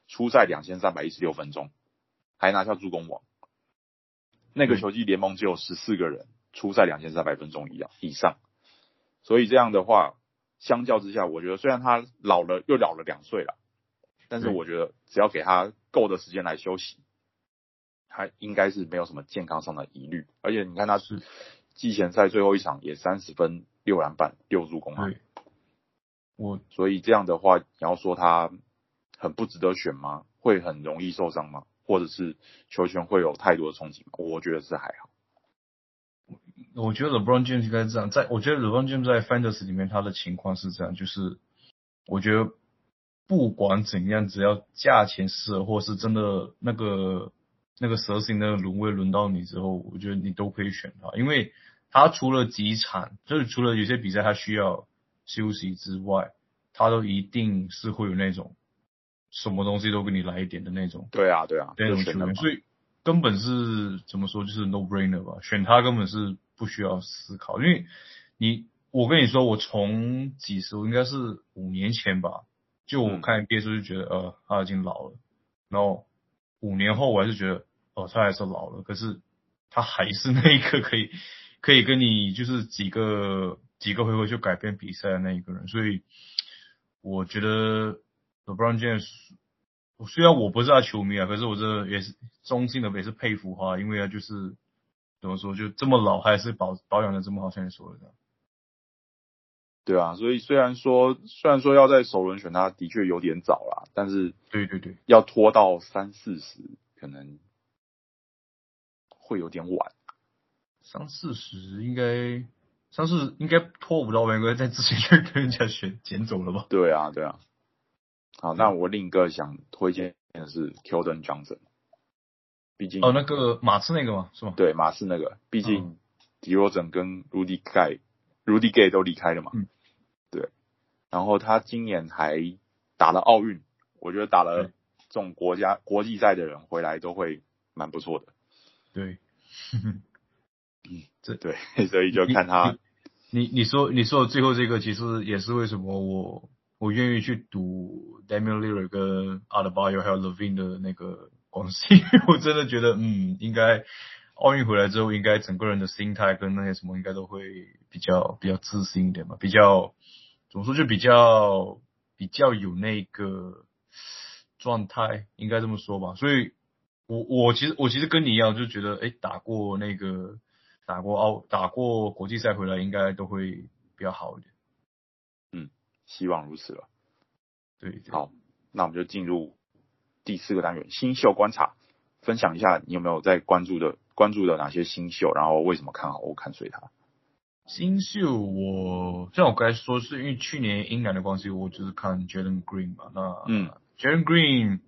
出赛两千三百一十六分钟，还拿下助攻王。那个球季联盟只有十四个人出赛两千三百分钟以以上，所以这样的话，相较之下，我觉得虽然他老了又老了两岁了，但是我觉得只要给他够的时间来休息，他应该是没有什么健康上的疑虑。而且你看他是季前赛最后一场也三十分六篮板六助攻啊，我所以这样的话，你要说他很不值得选吗？会很容易受伤吗？或者是球权会有太多的憧憬吗？我觉得是还好。 我觉得 LeBron James 应该是这样，在我觉得 LeBron James 在 Fantasy 里面他的情况是这样，就是我觉得不管怎样，只要价钱适合，或是真的那个那个蛇形的轮位轮到你之后，我觉得你都可以选他，因为他除了几场，就是除了有些比赛他需要休息之外，他都一定是会有那种什么东西都给你来一点的那种。 对啊，对啊， 那种球员，所以根本是怎么说，就是 no brainer 吧，选他根本是不需要思考，因为你，我跟你说，我从几十，应该是五年前吧，就我看 N B A 时候就觉得，呃，他已经老了，然后五年后我还是觉得，哦，他还是老了，可是他还是那一个可以可以跟你就是几个几个回合就改变比赛的那一个人，所以我觉得 LeBron James。虽然我不是他球迷啊，可是我这也是衷心的也是佩服他，因为他就是怎么说，就这么老还是保保养的这么好，像你说的这样。 对啊，所以虽然说虽然说要在首轮选他的确有点早啦，但是对对对， 要拖到三四十可能会有点晚。 三四十应该三四应该拖不到吧？应该在之前就跟人家选捡走了吧？ 对啊，对啊。好，那我另一个想推荐的是 Keldon Johnson， 毕竟哦，那个马刺那个嘛，是吗？ 对，马刺那个，毕竟 DeRozan 跟 Rudy Gay、Rudy Gay 都离开了嘛， 嗯， 对。然后他今年还打了奥运，我觉得打了这种国家国际赛的人回来都会蛮不错的。 对， 嗯，这对，所以就看他。 你你你说你说的最后这个，其实也是为什么我。我愿意去赌 Damian Lillard 跟 Adebayo 还有 Levine 的那个关系，我真的觉得，嗯，应该奥运回来之后，应该整个人的心态跟那些什么，应该都会比较比较自信一点嘛，比较怎么说，就比较比较有那个状态，应该这么说吧。所以我我其实我其实跟你一样，就觉得，哎，打过那个打过奥打过国际赛回来，应该都会比较好一点。 嗯。希望如此了。 对, 对， 好，那我们就进入第四个单元新秀观察，分享一下你有没有在关注的关注的哪些新秀，然后为什么看好我看衰他。 新秀我像我刚才说，是因为去年英男的关系，我就是看 Jalen Green 嘛。那嗯 ，Jalen Green，Jalen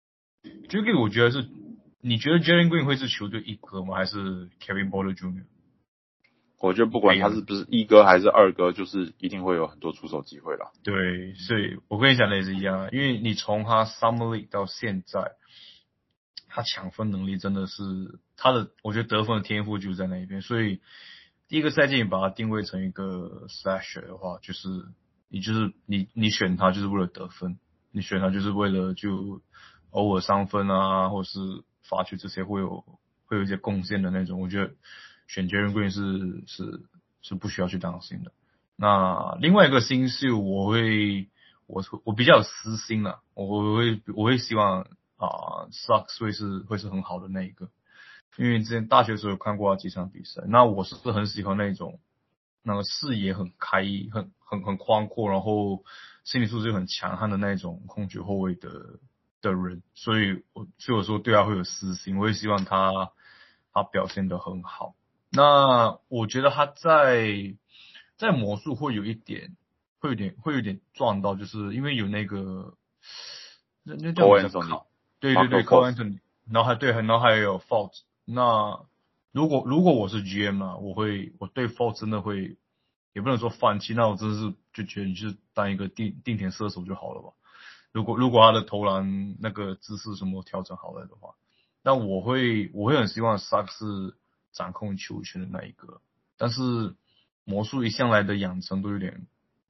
Green 我觉得是，你觉得 Jalen Green 会是球队一哥吗？还是 Kevin Porter Junior？ 我觉得不管他是不是一哥还是二哥，就是一定会有很多出手机会啦。 对，所以我跟你讲的也是一样，因为你从他 Summer League 到现在，他抢分能力真的是他的，我觉得得分的天赋就在那一边。所以第一个赛季你把他定位成一个 slasher 的话，就是你就是你你选他就是为了得分，你选他就是为了就偶尔上分啊，或是罚球这些会有会有一些贡献的那种，我觉得。选 Jalen Green 是是是不需要去担心的。那另外一个新秀，我会我我比较有私心啦，我会我会希望啊 Sucks 会是会是很好的那一个，因为之前大学的时候有看过几场比赛，那我是很喜欢那种那个视野很开、很很很宽阔，然后心理素质很强悍的那种控球后卫的的人，所以我所以我说对他会有私心，我会希望他他表现得很好。那我觉得他在在魔术会有一点，会有点会有点撞到，就是因为有那个那那叫什么？对对对 ，Cole Anthony， 然后还对，然后还有 Fultz。那如果如果我是 G M 啊，我会我对 Fultz 真的会，也不能说放弃，那我真的是就觉得你就是当一个定定点射手就好了吧。如果如果他的投篮那个姿势什么调整好了的话，那我会我会很希望 Sucks 是掌控球权的那一个，但是魔术一向来的养成都有点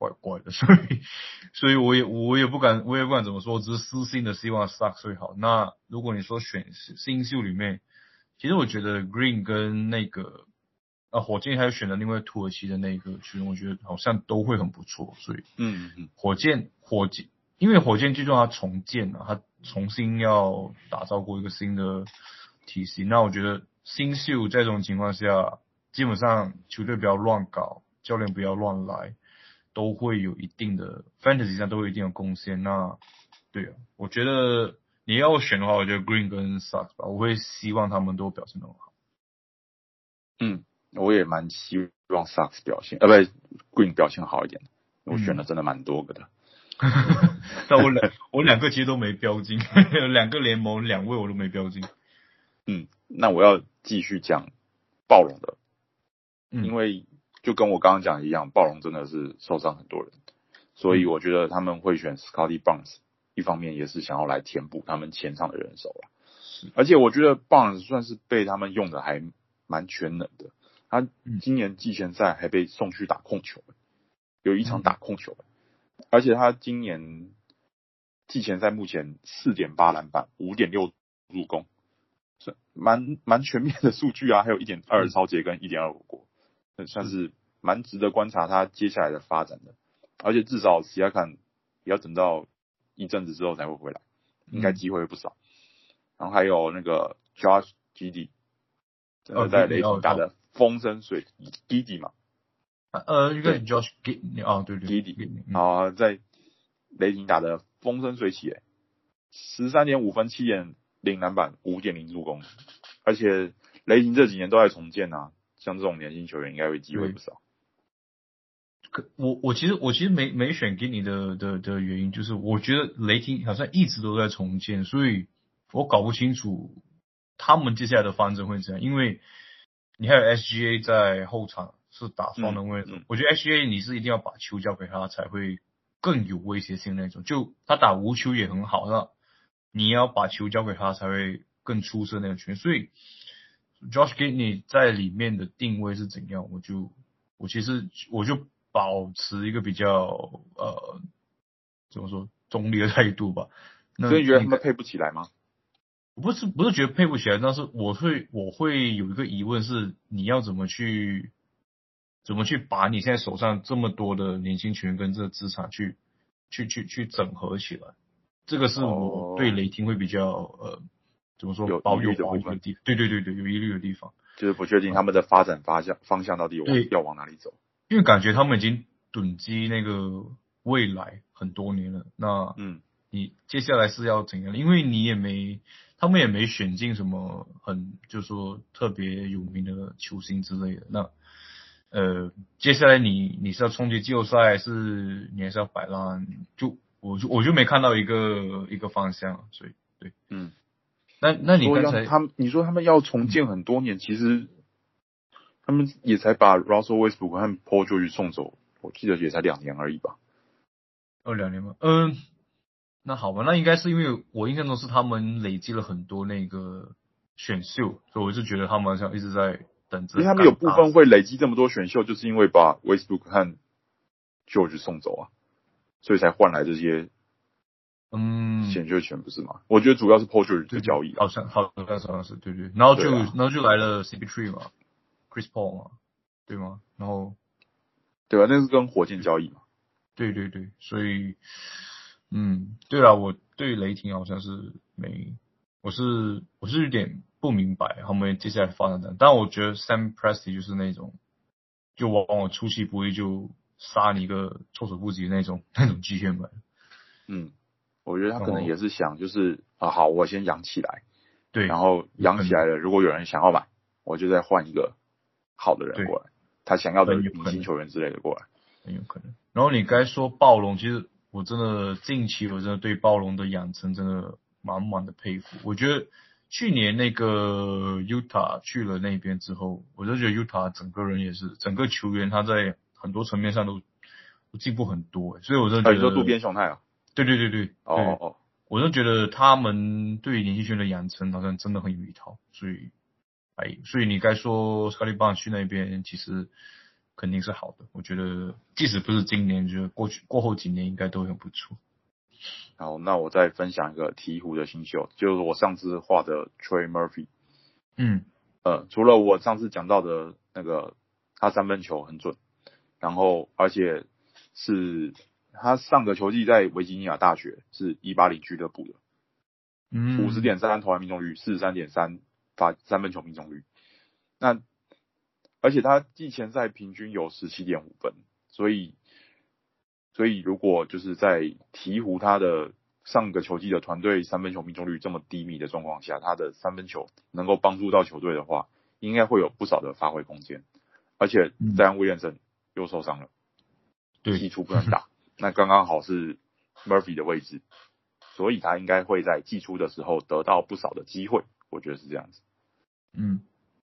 怪怪的，所以所以我也我也不敢我也不敢怎么说，只是私心的希望 Sucks 会好。那如果你说选新秀里面，其实我觉得 Green 跟那个啊火箭还有选的另外土耳其的那个球员，我觉得好像都会很不错，所以嗯嗯， 火箭火箭因为火箭最重要它重建啊，它重新要打造过一个新的体系，那我觉得新秀在这种情况下，基本上球队不要乱搞，教练不要乱来，都会有一定的 fantasy 上都会有一定的贡献。那对啊，我觉得你要选的话，我觉得 Green 跟 Sucks 吧，我会希望他们都表现得很好。 嗯，我也蛮希望 Sucks 表现，呃，不 Green 表现好一点。我选的真的蛮多个的。 但我两我两个其实都没标进，两个联盟两位我都没标进。 嗯，那我要继续讲暴龙的， 嗯， 因为就跟我刚刚讲的一样，暴龙真的是受伤很多人，所以我觉得他们会选 Scotty Barnes， 一方面也是想要来填补他们前场的人手啦。而且我觉得 Barnes 算是被他们用的还蛮全能的，他今年季前赛还被送去打控球，有一场打控球。而且他今年季前赛目前 四点八 篮板 五点六 助攻，是蛮蛮全面的数据啊，还有 一点二 抄截跟 一点二 火锅，算是蛮值得观察他接下来的发展的。而且至少西亚看也要等到一阵子之后才会回来，应该机会会不少。然后还有那个 Josh Giddey， 真的在雷霆打的风生水起 ，Giddey 嘛。 呃，应该是 Josh Giddey 啊，对对 ，Giddey， 啊，在雷霆打的风生水起，诶 十三点五 分， 七点零 篮板， 五点零 助攻，而且雷霆这几年都在重建啊，像这种年轻球员应该会机会不少。 我我其实我其实没没选给你的的的原因，就是我觉得雷霆好像一直都在重建，所以我搞不清楚他们接下来的方针会怎样，因为你还有 S G A 在后场是打双能位的，嗯嗯、我觉得 S G A 你是一定要把球交给他才会更有威胁性那种，就他打无球也很好，那你要把球交给他才会更出色那个球员，所以 Josh Giddey 在里面的定位是怎样，我就我其实我就保持一个比较呃怎么说中立的态度吧。 所以你觉得他们配不起来吗？ 我不是不是觉得配不起来，但是我会我会有一个疑问是，你要怎么去怎么去把你现在手上这么多的年轻球员跟这个资产去去去去整合起来？这个是我对雷霆会比较呃怎么说有保有的部分， 对对对对有疑虑的地方， 就是不确定他们的发展方向方向到底往要往哪里走， 因为感觉他们已经囤积那个未来很多年了，那嗯，你接下来是要怎样？因为你也没。他们也没选进什么很就是说特别有名的球星之类的。那呃，接下来你你是要冲击季后赛，还是你还是要摆烂？就我就我就没看到一个一个方向，所以对，嗯。那那你刚才他们你说他们要重建很多年，嗯、其实他们也才把 Russell Westbrook 和 Paul George 送走，我记得也才两年而已吧？ 哦，两年吗？嗯、呃。那好吧，那应该是因为我印象中是他们累积了很多那个选秀，所以我就觉得他们好像一直在等着。 因为他们有部分会累积这么多选秀，就是因为把 Westbrook 和 George 送走啊，所以才换来这些嗯选秀权，不是吗？我觉得主要是 Paul George 的交易啊， 好像好像好像是对对，然后就、啊、然后就来了 C P three 嘛 ，Chris Paul 嘛，对吗？然后对吧、啊？那是跟火箭交易嘛？ 对对对，所以。嗯，对了，我对雷霆好像是没，我是我是有点不明白他们接下来发展的，但我觉得 Sam Presti 就是那种，就往往出其不意就杀你一个措手不及的那种那种极限版。 嗯，我觉得他可能也是想就是啊，好，我先养起来， 对， 然后养起来了，如果有人想要买，我就再换一个好的人过来，他想要的明星球员之类的过来， 很有可能。然后你该说暴龙，其实。我真的近期我真的对暴龙的养成真的满满的佩服。我觉得去年那个 Utah 去了那边之后，我就觉得 Utah 整个人也是整个球员他在很多层面上都都进步很多，所以我真的觉得。 你说渡边雄太啊？ 对对对对。 哦哦哦。 我就觉得他们对年轻球员的养成好像真的很有一套，所以哎，所以你该说 Scotty Barnes 去那边其实肯定是好的。我觉得即使不是今年，就过去过后几年应该都很不错。 好，那我再分享一个鹈鹕的新秀，就是我上次画的 Trey Murphy。 嗯， 呃，除了我上次讲到的那个他三分球很准，然后而且是他上个球季在维吉尼亚大学是一八零俱乐部的， 嗯， 五十点三投篮命中率，四十三点三发三分球命中率。那而且他季前赛平均有十七点五分，所以所以如果就是在鹈鹕他的上个球季的团队三分球命中率这么低迷的状况下，他的三分球能够帮助到球队的话，应该会有不少的发挥空间。而且戴安·威廉森又受伤了， 对， 季初不能打，那刚刚好是 Murphy 的位置，所以他应该会在季初的时候得到不少的机会，我觉得是这样子。 嗯，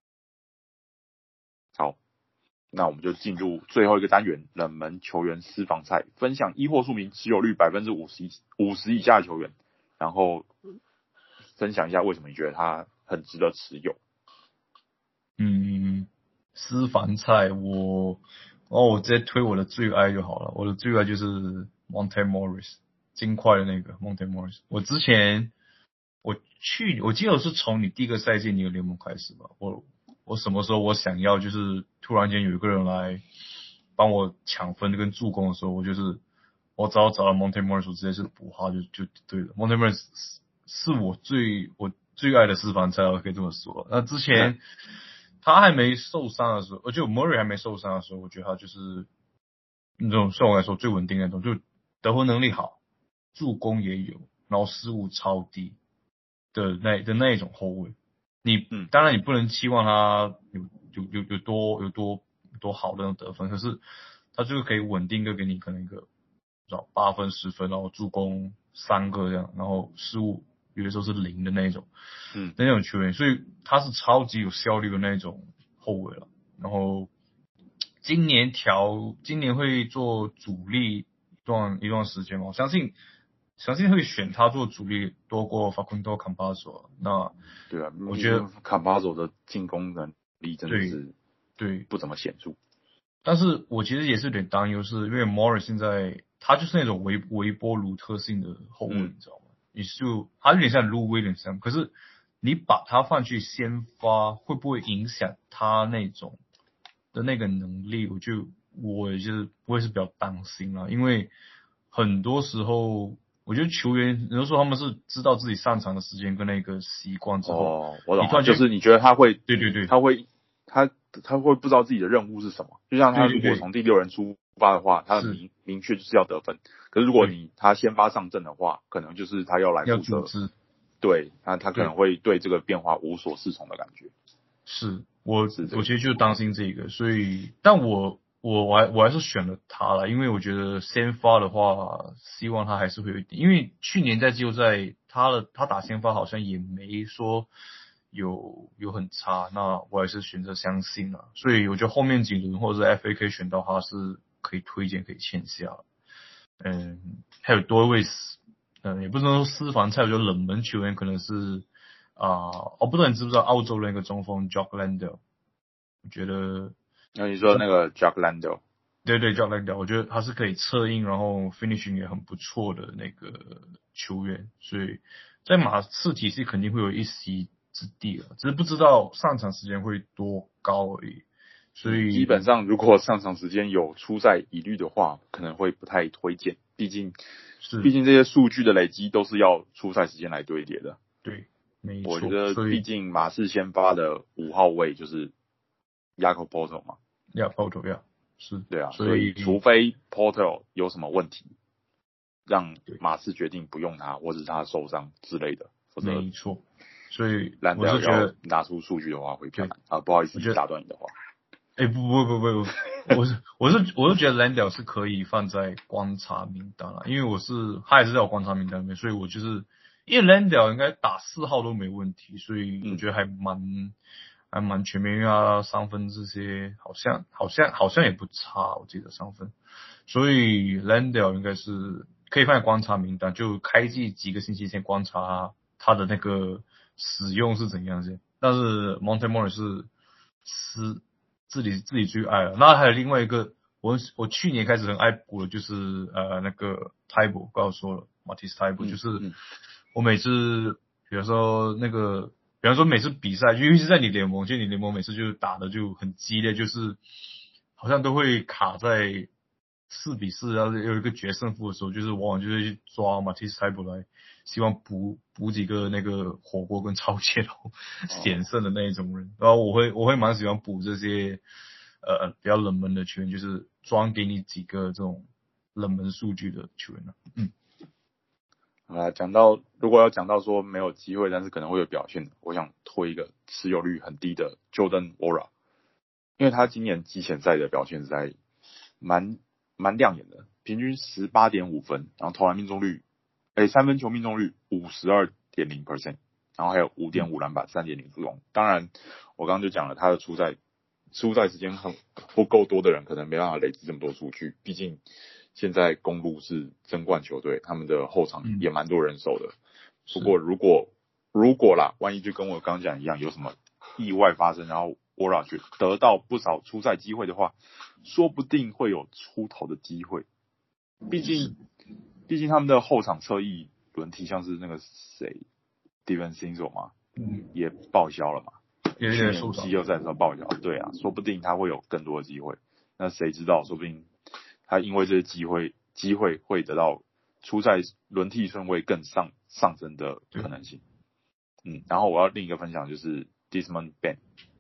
好，那我们就进入最后一个单元，冷门球员私房菜，分享一或数名持有率百分之五十五十以下的球员，然后分享一下为什么你觉得他很值得持有。 嗯，私房菜我哦，我直接推我的最爱就好了。我的最爱就是 Monte Morris， 金块的那个 Monte Morris。我之前我去，我记得我是从你第一个赛季你的联盟开始吧。我我什么时候我想要就是突然间有一个人来帮我抢分跟助攻的时候，我就是我只要找到 Monte Morris， 我直接是补他就就对了。Monte Morris 是我最我最爱的私房菜，我可以这么说。那之前他还没受伤的时候，而且 Murray 还没受伤的时候，我觉得他就是那种对我来说最稳定的那种，就得分能力好，助攻也有，然后失误超低的那的那一种后卫。你、嗯、当然你不能期望他有有有有多有多多好的那种得分，可是他就是可以稳定的给你可能一个八分十分，然后助攻三个这样，然后失误有的时候是零的那一种， 嗯， 那种球员，所以他是超级有效率的那种后卫了。然后今年调，今年会做主力一段一段时间嘛，我相信相信会选他做主力多过 Facundo Campazzo。那对啊， 我觉得 Campazzo 的进攻能力真的是对不怎么显著。 但是我其实也是有点担忧，是因为 Morris 现在他就是那种微微波炉特性的后卫，嗯、你知道吗？你就他有点像 Lou Williams， 可是你把他放去先发，会不会影响他那种的那个能力？我就我就是我也是比较担心啦，因为很多时候我觉得球员有的时候他们是知道自己擅长的时间跟那个习惯之后， 哦，我懂了，就是你觉得他会， 对对对， 他会他他会不知道自己的任务是什么？就像他如果从第六人出发的话，他明明确就是要得分。可是如果你他先发上阵的话，可能就是他要来负责，对，那他可能会对这个变化无所适从的感觉。 是我是我其实就担心这个，所以但我我我还我还是选了他了，因为我觉得先发的话，希望他还是会有一点，因为去年在季后赛他的他打先发好像也没说有有很差，那我还是选择相信了，所以我觉得后面几轮或者是 F A 可以选到他是可以推荐可以签下，嗯，还有多位嗯也不是说私房菜，我觉得冷门球员可能是啊，我、呃、不知道你知不知道澳洲的那个中锋 Jock Landale， 我觉得那你说那个 Jock Landale， 对对 Jock Landale， 我觉得他是可以策应，然后 finishing 也很不错的那个球员，所以在马刺体系肯定会有一席之地了，只是不知道上场时间会多高而已。所以基本上如果上场时间有出赛疑虑的话，可能会不太推荐，毕竟是毕竟这些数据的累积都是要出赛时间来堆叠的。 对，没错。 我觉得毕竟马刺先发的五号位就是 Jakob Poeltl 嘛 ，Yeah Poeltl yeah 是， 对啊，所以除非 Poeltl 有什么问题，让马刺决定不用他，或者他受伤之类的，否则没错。所以我是觉得拿出数据的话会比较难啊，不好意思打断你的话。 哎、欸，不不不不，我是我是我是觉得兰屌是可以放在观察名单了，因为我是他也是在我观察名单里面，所以我就是因为兰屌应该打四号都没问题，所以我觉得还蛮、嗯、还蛮全面，因为他三分这些好像好像好像也不差，我记得三分，所以兰屌应该是可以放在观察名单，就开季几个星期先观察他的那个使用是怎样先，但是 Monte Morris 是私自己自己最爱了。那还有另外一个，我我去年开始很爱补的就是呃那个 Thybulle， 刚刚说了 Matisse Thybulle，、嗯、就是我每次比如说那个，比方说每次比赛，尤其是在你联盟，就你联盟每次就是打的就很激烈，就是好像都会卡在四比四，然后有一个决胜负的时候，就是往往就是去抓 Matisse Thybulle 来，希望补补几个那个火锅跟超切头险胜的那一种人。然后我会我会蛮喜欢补这些呃比较冷门的球员，就是装给你几个这种冷门数据的球员呢、啊。嗯。 啊，讲到如果要讲到说没有机会，但是可能会有表现的，我想推一个持有率很低的 Jordan Nwora， 因为他今年季前赛的表现实在蛮蛮亮眼的，平均 十八点五 分，然后投篮命中率，诶三分球命中率 百分之五十二点零， 然后还有 五点五 篮板 三点零 助攻。当然我刚刚就讲了，他的出赛出赛时间很不够多的人可能没办法累积这么多数据，毕竟现在公鹿是争冠球队，他们的后场也蛮多人手的。不过如果如果啦，万一就跟我刚刚讲一样，有什么意外发生，然后 Nwora 去得到不少出赛机会的话，说不定会有出头的机会。毕竟毕竟他们的后场侧翼轮替，像是那个谁 Steven Sinsel 嘛，嗯，也报销了嘛， 有点受伤， 季后赛的时候报销，对啊，说不定他会有更多的机会。那谁知道，说不定他因为这些机会，机会会得到出赛轮替顺位更上上升的可能性。嗯，然后我要另一个分享就是 Desmond Bane，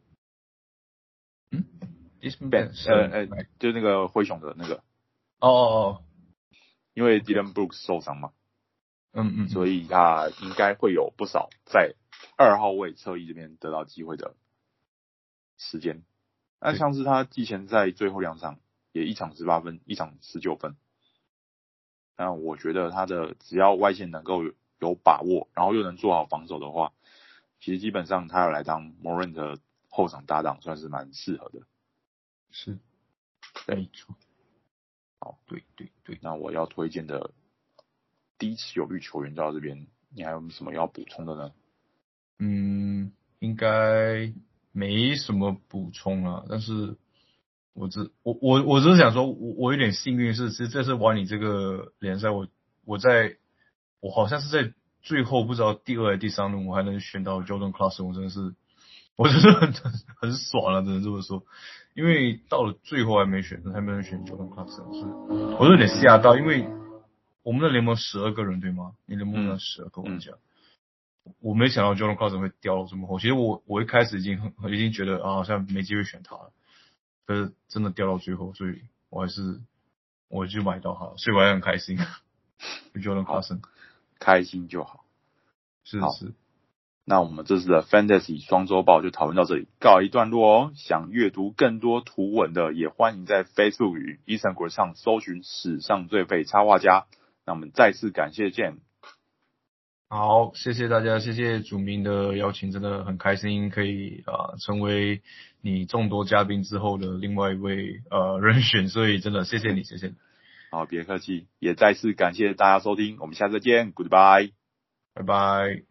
嗯 ，Desmond Bane， 呃呃，就那个灰熊的那个， 哦哦哦， 因为 Dillon Brooks 受伤嘛， 嗯嗯， 所以他应该会有不少在二号位侧翼这边得到机会的时间。那像是他季前赛最后两场也一场十八分，一场十九分。那我觉得他的只要外线能够有把握，然后又能做好防守的话，其实基本上他要来当 Morant 的后场搭档，算是蛮适合的。 是，没错。 好， 对对对。 那我要推荐的低持有率球员到这边，你还有什么要补充的呢？ 嗯，应该没什么补充了，但是我只我我我只是想说，我我有点幸运是，其实这次玩你这个联赛，我我在我好像是在最后不知道第二还是第三轮，我还能选到 Jordan Clarkson， 我真的是我真的很很爽了，只能这么说。因为到了最后还没选，还没人选 Jordan Clarkson， 是我有点吓到，因为我们的联盟十二个人对吗？你联盟有十二个玩家。嗯嗯，我没想到 Jordan Clarkson 会掉到这么后。其实我我一开始已经很已经觉得啊，好像没机会选他了，可是真的掉到最后，所以我还是我就买到他了，所以我还很开心。Jordan Clarkson 开心就好， 是是。 那我们这次的 Fantasy 双周报就讨论到这里，告一段落哦。想阅读更多图文的，也欢迎在 Facebook 与 Instagram 上搜寻史上最废插画家。那我们再次感谢 Jam。 好，谢谢大家，谢谢主明的邀请，真的很开心可以啊、呃、成为你众多嘉宾之后的另外一位呃人选，所以真的谢谢你，谢谢你。 好，别客气，也再次感谢大家收听，我们下次再见 ，Goodbye， 拜拜。